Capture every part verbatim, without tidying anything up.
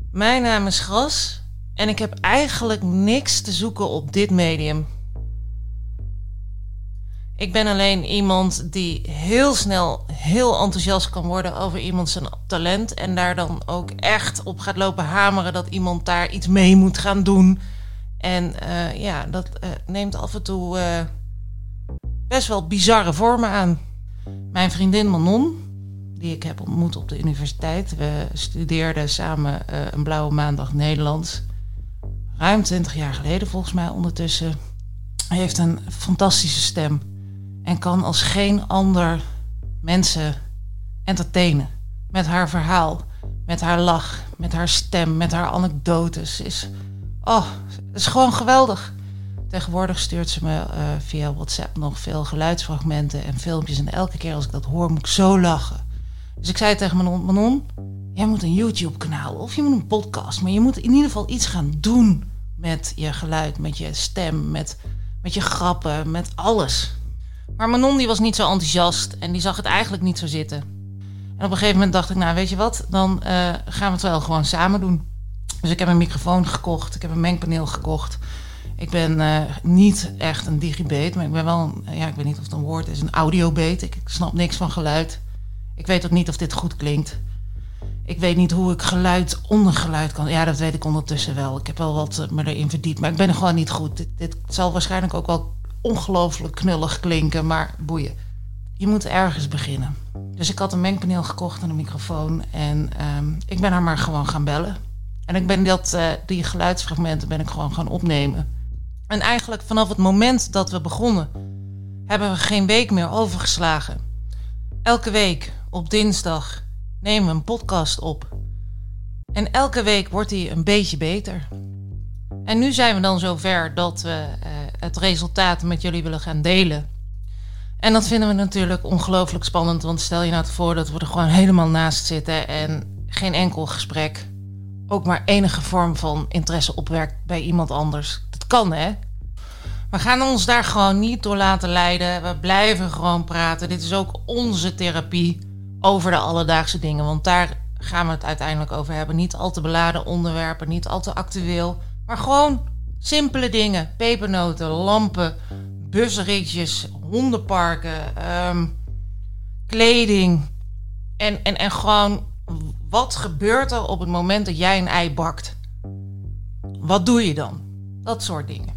Mijn naam is Gras en ik heb eigenlijk niks te zoeken op dit medium. Ik ben alleen iemand die heel snel heel enthousiast kan worden over iemand zijn talent en daar dan ook echt op gaat lopen hameren dat iemand daar iets mee moet gaan doen. En uh, ja, dat uh, neemt af en toe uh, best wel bizarre vormen aan. Mijn vriendin Manon, die ik heb ontmoet op de universiteit. We studeerden samen uh, een blauwe maandag Nederlands. Ruim twintig jaar geleden volgens mij ondertussen. Hij heeft een fantastische stem. En kan als geen ander mensen entertainen. Met haar verhaal, met haar lach, met haar stem, met haar anekdotes. Is, oh, het is gewoon geweldig. Tegenwoordig stuurt ze me uh, via WhatsApp nog veel geluidsfragmenten en filmpjes. En elke keer als ik dat hoor, moet ik zo lachen. Dus ik zei tegen Manon, Manon, jij moet een YouTube-kanaal of je moet een podcast. Maar je moet in ieder geval iets gaan doen met je geluid, met je stem, met, met je grappen, met alles. Maar Manon die was niet zo enthousiast en die zag het eigenlijk niet zo zitten. En op een gegeven moment dacht ik, nou weet je wat, dan uh, gaan we het wel gewoon samen doen. Dus ik heb een microfoon gekocht, ik heb een mengpaneel gekocht. Ik ben uh, niet echt een digibeet, maar ik ben wel, een, ja, ik weet niet of het een woord is, een audiobeet. Ik, ik snap niks van geluid. Ik weet ook niet of dit goed klinkt. Ik weet niet hoe ik geluid onder geluid kan. Ja, dat weet ik ondertussen wel. Ik heb wel wat me erin verdiept, maar ik ben er gewoon niet goed. Dit, dit zal waarschijnlijk ook wel ongelooflijk knullig klinken, maar boeien. Je moet ergens beginnen. Dus ik had een mengpaneel gekocht en een microfoon en um, ik ben haar maar gewoon gaan bellen. En ik ben dat, uh, die geluidsfragmenten ben ik gewoon gaan opnemen. En eigenlijk vanaf het moment dat we begonnen, hebben we geen week meer overgeslagen. Elke week op dinsdag nemen we een podcast op. En elke week wordt die een beetje beter. En nu zijn we dan zover dat we uh, het resultaat met jullie willen gaan delen. En dat vinden we natuurlijk ongelooflijk spannend. Want stel je nou voor dat we er gewoon helemaal naast zitten en geen enkel gesprek, ook maar enige vorm van interesse opwekt bij iemand anders. Dat kan, hè? We gaan ons daar gewoon niet door laten leiden. We blijven gewoon praten. Dit is ook onze therapie over de alledaagse dingen. Want daar gaan we het uiteindelijk over hebben. Niet al te beladen onderwerpen, niet al te actueel. Maar gewoon simpele dingen. Pepernoten, lampen, busritjes, hondenparken, um, kleding. En, en, en gewoon, wat gebeurt er op het moment dat jij een ei bakt? Wat doe je dan? Dat soort dingen.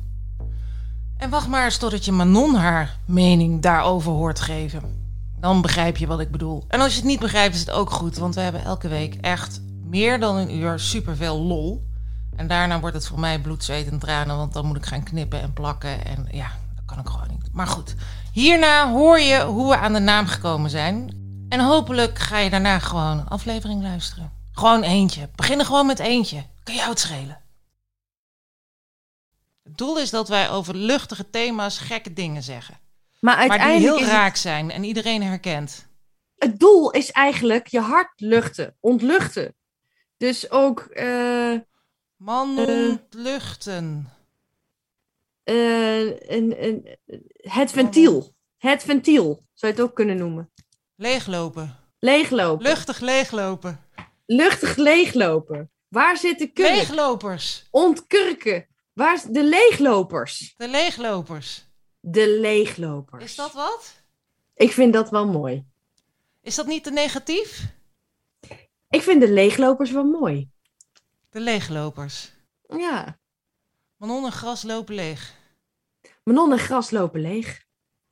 En wacht maar eens totdat je Manon haar mening daarover hoort geven. Dan begrijp je wat ik bedoel. En als je het niet begrijpt is het ook goed. Want we hebben elke week echt meer dan een uur superveel lol. En daarna wordt het voor mij bloed, zweet en tranen. Want dan moet ik gaan knippen en plakken. En ja, dat kan ik gewoon niet. Maar goed, hierna hoor je hoe we aan de naam gekomen zijn. En hopelijk ga je daarna gewoon een aflevering luisteren. Gewoon eentje. Begin er gewoon met eentje. Kan jou het schelen. Het doel is dat wij over luchtige thema's gekke dingen zeggen. Maar, uiteindelijk maar die heel is raak zijn en iedereen herkent. Het doel is eigenlijk je hart luchten, ontluchten. Dus ook Uh, Man ontluchten. Uh, uh, een, een, het ventiel. Het ventiel, zou je het ook kunnen noemen. Leeglopen. Leeglopen. Luchtig leeglopen. Luchtig leeglopen. Waar zitten kurk? Leeglopers. Ontkurken. Waar is de leeglopers? De leeglopers. De leeglopers. Is dat wat? Ik vind dat wel mooi. Is dat niet te negatief? Ik vind de leeglopers wel mooi. De leeglopers. Ja. Manon en Gras lopen leeg. Manon en Gras lopen leeg.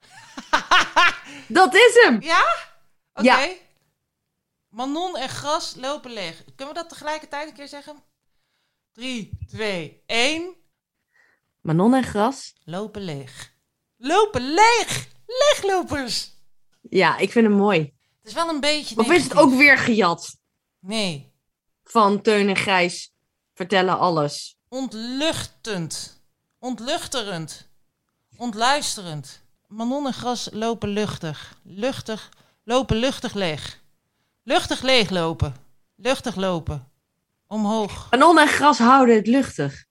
Dat is hem! Ja? Oké. Okay. Ja. Manon en Gras lopen leeg. Kunnen we dat tegelijkertijd een keer zeggen? drie, twee, één. Manon en Gras lopen leeg. Lopen leeg! Leeglopers! Ja, ik vind hem mooi. Het is wel een beetje Of negatief. Is het ook weer gejat? Nee. Van Teun en Gijs vertellen alles. Ontluchtend. Ontluchterend. Ontluisterend. Manon en Gras lopen luchtig. Luchtig. Lopen luchtig leeg. Luchtig leeglopen. Luchtig lopen. Omhoog. Manon en Gras houden het luchtig.